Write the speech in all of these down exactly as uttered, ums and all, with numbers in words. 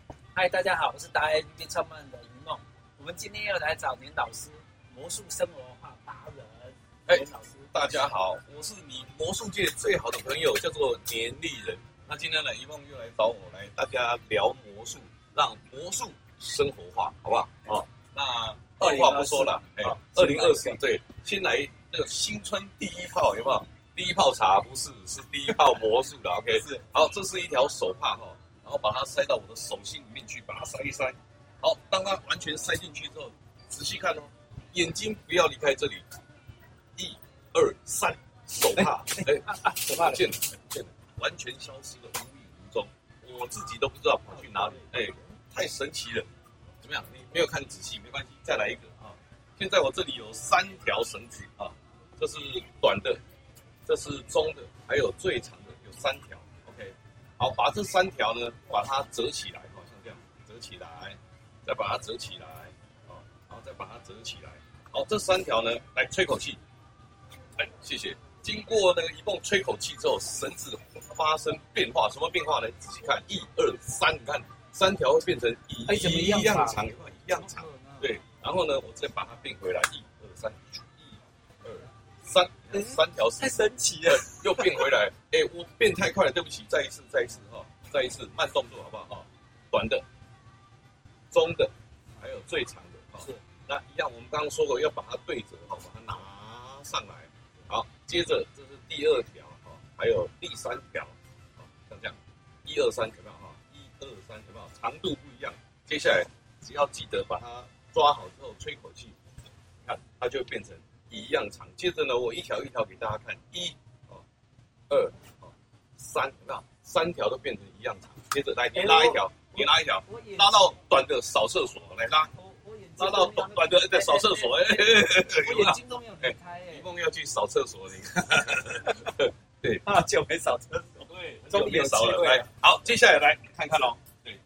嗨，大家好，我是达 A P P 创办人的云梦。我们今天要来找年老师，魔术生活化达人。 哎， 年老师， 大家好，我是你魔术界最好的朋友，叫做年历人。那今天呢，一梦又来找我来，大家聊魔术，让魔术生活化，好不好？哦，那二话不说了，哎，二零二四对，先来这个新春第一炮，有没有？第一泡茶不是，是第一泡魔术的 ，OK？ 是。好，这是一条手帕哈，然后把它塞到我的手心里面去，把它塞一塞。好，当它完全塞进去之后，仔细看哦，眼睛不要离开这里。一、二、三，手帕，哎，手帕见了，见了，完全消失了，无影无踪。我自己都不知道跑去哪里，哎，太神奇了。怎么样？你没有看仔细没关系，再来一个啊。现在我这里有三条绳子啊，这是短的。这是中的，还有最长的，有三条。OK， 好，把这三条呢，把它折起来，好像这样折起来，再把它折起来，哦，然后再把它折起来。好，这三条呢，来吹口气，哎，谢谢。经过那个一泵吹口气之后，绳子发生变化，什么变化呢？仔细看，一二三，你看三条会变成一、 哎、一样长，一样长，对。然后呢，我再把它变回来，一二三。三三条太神奇了， 又变回来。哎、欸，我变太快了，对不起，再一次，再一次哈、哦，再一次，慢动作好不好？哦，短的、中的，还有最长的。哦、是，那一样，我们刚刚说过要把它对折，哈、哦，把它拿上来。好，接着这是第二条，哈、哦，还有第三条，哦，像这样，一二三，有没有哈？一二三，有没有？长度不一样。接下来只要记得把它抓好之后，吹口气，你看它就会变成。一样长，接着呢，我一条一条给大家看，一、哦、二、哦、三，有没有？三条都变成一样长。接着来，你拉一条，你拉一条，拉到短的扫厕所，来拉，拉到短的在扫厕所，哎， 我眼睛都没有离开，哎， 一梦要去扫厕所，你看，对， 啊，久没扫厕所， 对，终于扫了，来，好，接下来来看看喽，对，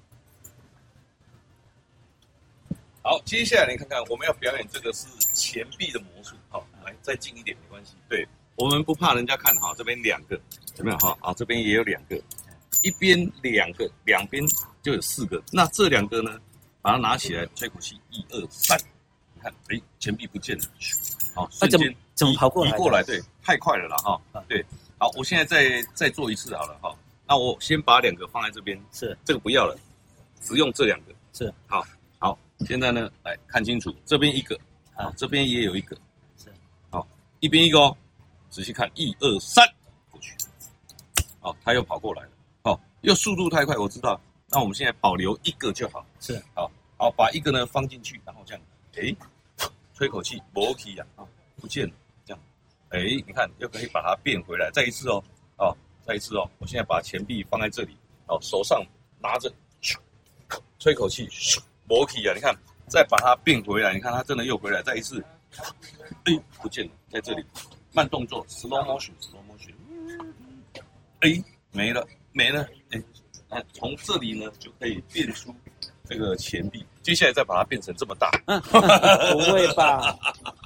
好，接下来你看看，我们要表演这个是钱币的魔术。好，来再近一点没关系。对，我们不怕人家看哈，这边两个有没有哈？啊，这边也有两个，一边两个，两边就有四个。那这两个呢，把它拿起来，吹口气，一二三，你看，哎，钱币不见了，好，瞬间怎么跑过来？ 移过来，对，太快了啦哈。对，好，我现在再再做一次好了哈。那我先把两个放在这边， 是这个不要了，只用这两个， 是好，好，现在呢，来看清楚，这边一个，啊，这边也有一个。一边一个哦，仔细看，一二三，过去，好，他又跑过来了，好，又速度太快，我知道，那我们现在保留一个就好， 是， 好，好，把一个呢放进去，然后这样，哎，吹口气，没气呀，啊，不见了，这样，哎，你看又可以把它变回来，再一次哦，哦，再一次哦，我现在把钱币放在这里，哦，手上拿着，吹口气，没气呀，你看，再把它变回来，你看它真的又回来，再一次。哎，不见了，在这里，慢动作 ，slow motion，slow motion， 哎，没了，没了，哎，从这里呢就可以变出这个钱币，接下来再把它变成这么大， 不会吧？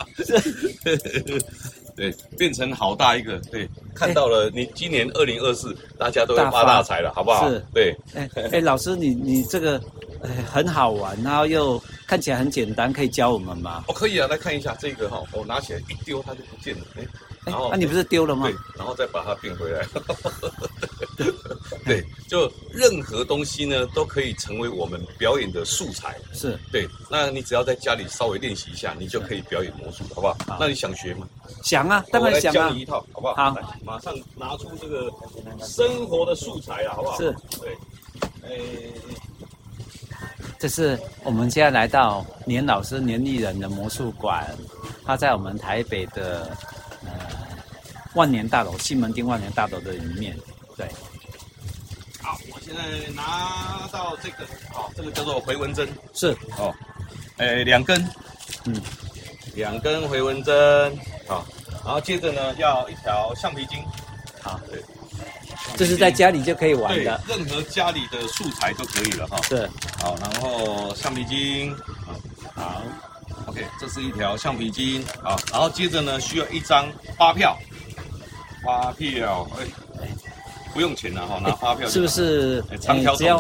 对，变成好大一个，对，看到了，你今年二零二四，大家都会发大财了，好不好？ 是， 对， 哎哎，老师，你你这个。哎，很好玩，然后又看起来很简单，可以教我们吗？ 哦，可以啊，来看一下这个哈，我拿起来一丢，它就不见了，哎，然后， 那、啊、你不是丢了吗？ 对，然后再把它变回来。对，就任何东西呢，都可以成为我们表演的素材。 是， 对，那你只要在家里稍微练习一下，你就可以表演魔术，好不好？好，那你想学吗？ 想啊，当然想啊。 我来教你一套，好不好？ 好， 马上拿出这个生活的素材啊，好不好？ 是， 对，哎。 这是我们现在来到年老师年历人的魔术馆，他在我们台北的呃万年大楼西门町万年大楼的里面。对， 好，我现在拿到这个，好，这个叫做回纹针， 是哦，哎，两根，嗯，两根回纹针，好，然后接着呢要一条橡皮筋， 好，对。这是在家里就可以玩的， 任何家里的素材都可以了哈。 是， 好，然后橡皮筋，好 ，OK， 这是一条橡皮筋，好，然后接着呢需要一张发票，发票，哎，不用钱了哈，拿发票是不是？ 长条只要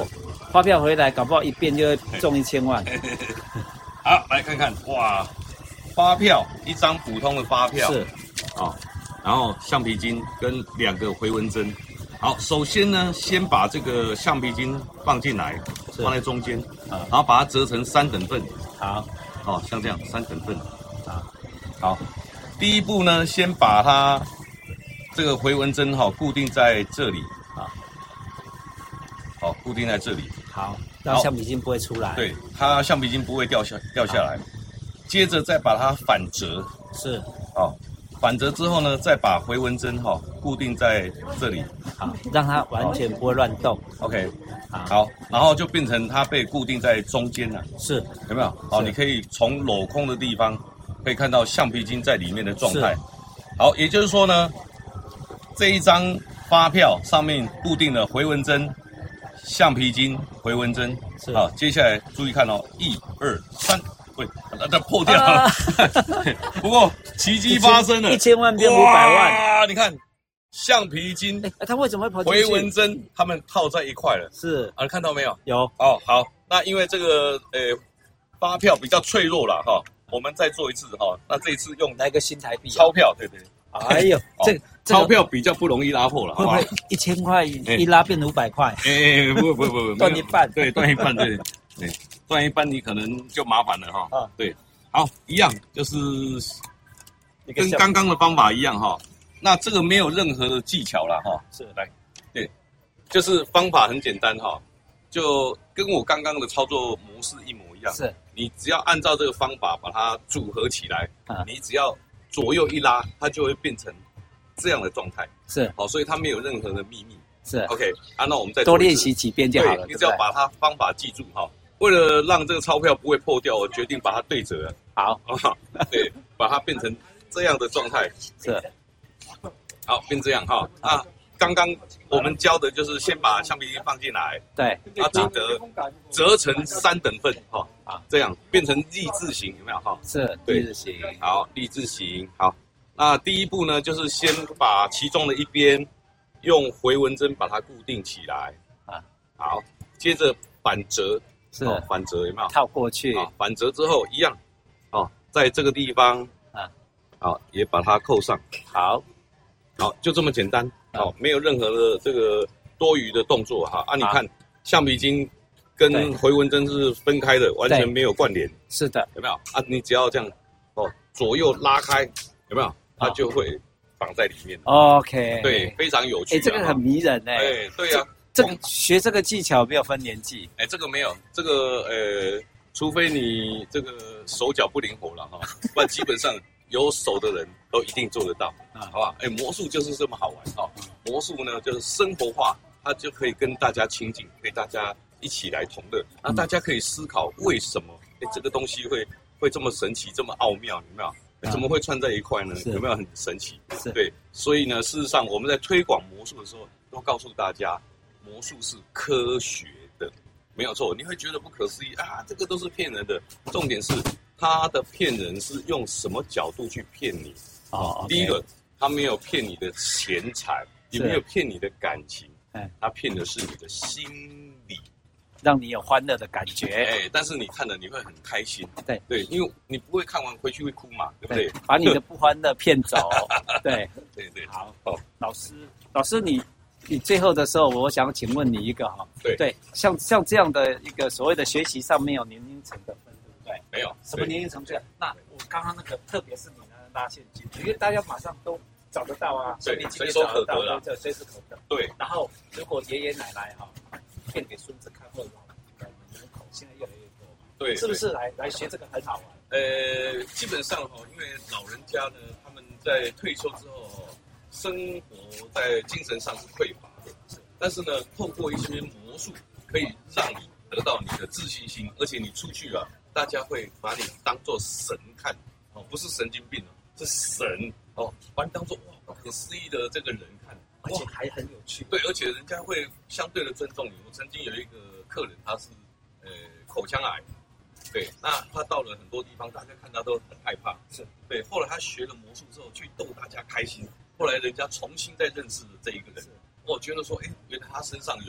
发票回来，搞不好一变就会中一千万。 好，来看看，哇，发票一张普通的发票是， 啊、哦，然后橡皮筋跟两个回纹针。好，首先呢，先把这个橡皮筋放进来，放在中间，啊，然后把它折成三等份。 好， 哦，像这样三等份。 好， 好，第一步呢，先把它这个回纹针哈、哦、固定在这里。啊，好，固定在这里。 好，让橡皮筋不会出来。 对，它橡皮筋不会掉下掉下来。接着再把它反折。 是。 好，反折之后呢，再把回纹针哈、哦、固定在这里。 好，让它完全不会乱动。 OK。 好， 好，然后就变成它被固定在中间了。 是。 有没有？好，你可以从镂空的地方可以看到橡皮筋在里面的状态。好，也就是说呢，这一张发票上面固定了回纹针、橡皮筋、回纹针。是。好，接下来注意看哦，一二三，喂，那它破掉了。啊、不过奇迹发生了， 一千万变五百万。 哇，你看。橡皮筋， 哎，它为什么会跑进去？ 回纹针，它们套在一块了。 是啊，看到没有？ 有。 哦，好，那因为这个呃发票比较脆弱了哈，我们再做一次哈。那这一次用来个新台币钞票，对对。 哎呦，这钞票比较不容易拉破了， 会不会一千块一拉变五百块？ 哎，不不不不， 断一半， 对，断一半，对对，断一半你可能就麻烦了哈。啊，对，好，一样就是跟刚刚的方法一样哈。那这个没有任何的技巧啦哈，是来，对，就是方法很简单哈，就跟我刚刚的操作模式一模一样。是，你只要按照这个方法把它组合起来，啊，你只要左右一拉，它就会变成这样的状态。是，好，所以它没有任何的秘密。是 ，OK， 啊，那我们再多练习几遍就好了。 对，你只要把它方法记住哈。为了让这个钞票不会破掉，我决定把它对折了。好，对，把它变成这样的状态。是。好，变这样哈。那刚刚我们教的就是先把橡皮筋放进来，对，啊，记得折成三等份哈，啊，这样变成立字形，有没有哈？是，立字形。好，立字形。好，那第一步呢，就是先把其中的一边用回纹针把它固定起来，啊，好，接着反折，是，哦，反折有没有？套过去。啊，反折之后一样，哦，在这个地方，啊，好，也把它扣上。好。好，就这么简单，好，没有任何的这个多余的动作哈。啊，你看，橡皮筋跟回纹针是分开的，完全没有关联。是的，有没有？啊，你只要这样，哦，左右拉开，有没有？它就会绑在里面。OK， 对，非常有趣。哎，这个很迷人哎。哎，对呀，这个学这个技巧没有分年纪。哎，这个没有，这个呃，除非你这个手脚不灵活了哈，不然基本上。有手的人都一定做得到，啊，好不好？哎，魔术就是这么好玩哈！魔术呢，就是生活化，它就可以跟大家亲近，可以大家一起来同乐。那大家可以思考为什么哎这个东西会会这么神奇，这么奥妙，有没有？怎么会串在一块呢？有没有很神奇？是对，所以呢，事实上我们在推广魔术的时候，都告诉大家，魔术是科学的，没有错。你会觉得不可思议啊，这个都是骗人的。重点是。他的骗人是用什么角度去骗你？哦， okay. 第一个，他没有骗你的钱财，也没有骗你的感情，哎，他骗的是你的心理，让你有欢乐的感觉。哎，但是你看了你会很开心，对对，因为你不会看完回去会哭嘛，对不对？对，把你的不欢乐骗走。对对对，好哦，老师，老师你你最后的时候，我想请问你一个哈，对对，像像这样的一个所谓的学习上没有年龄层的。对，没有什么年龄层这样。那我刚刚那个，特别是你呢拉现金，因为大家马上都找得到啊，对，随手可得了，对，随时可得。对，然后如果爷爷奶奶哈骗给孙子看，或者人口现在越来越多嘛，对，是不是来来学这个很好玩？呃，基本上哈，因为老人家呢，他们在退休之后，生活在精神上是匮乏的，但是呢，透过一些魔术，可以让你得到你的自信心，而且你出去啊。大家会把你当作神看，哦，不是神经病哦，是神哦，把你当作哇不可思议的这个人看，而且还很有趣。对，而且人家会相对的尊重你。我曾经有一个客人，他是呃口腔癌，对，那他到了很多地方，大家看他都很害怕，是对。后来他学了魔术之后，去逗大家开心，后来人家重新再认识了这一个人，我觉得说，哎，原来他身上有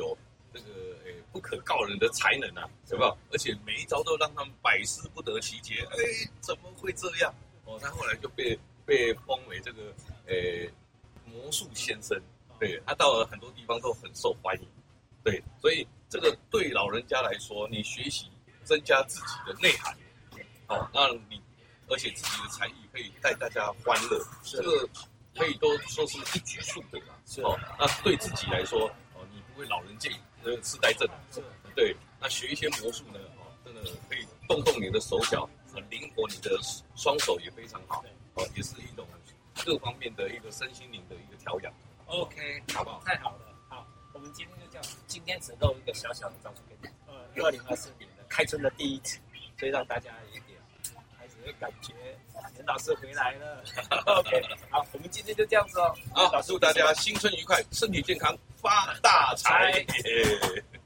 这个诶不可告人的才能啊，有没有？而且每一招都让他们百思不得其解，哎，怎么会这样？哦，他后来就被被封为这个诶魔术先生，对他到了很多地方都很受欢迎，对，所以这个对老人家来说，你学习增加自己的内涵，哦，那你而且自己的才艺可以带大家欢乐，这个可以都说是一举数得啊，哦，那对自己来说，哦，你不会老人健那个痴呆症，对，那学一些魔术呢，哦，真的可以动动你的手脚，很灵活，你的双手也非常好，哦，也是一种各方面的一个身心灵的一个调养。 OK， 好不好？ 太好了，好，我们今天就这样，今天只露一个小小的招数给你，呃，二零二四年的开春的第一集，所以让大家有一点开始会感觉严老师回来了。OK， 好，我们今天就这样子哦。 好，祝大家新春愉快，身体健康，发大财。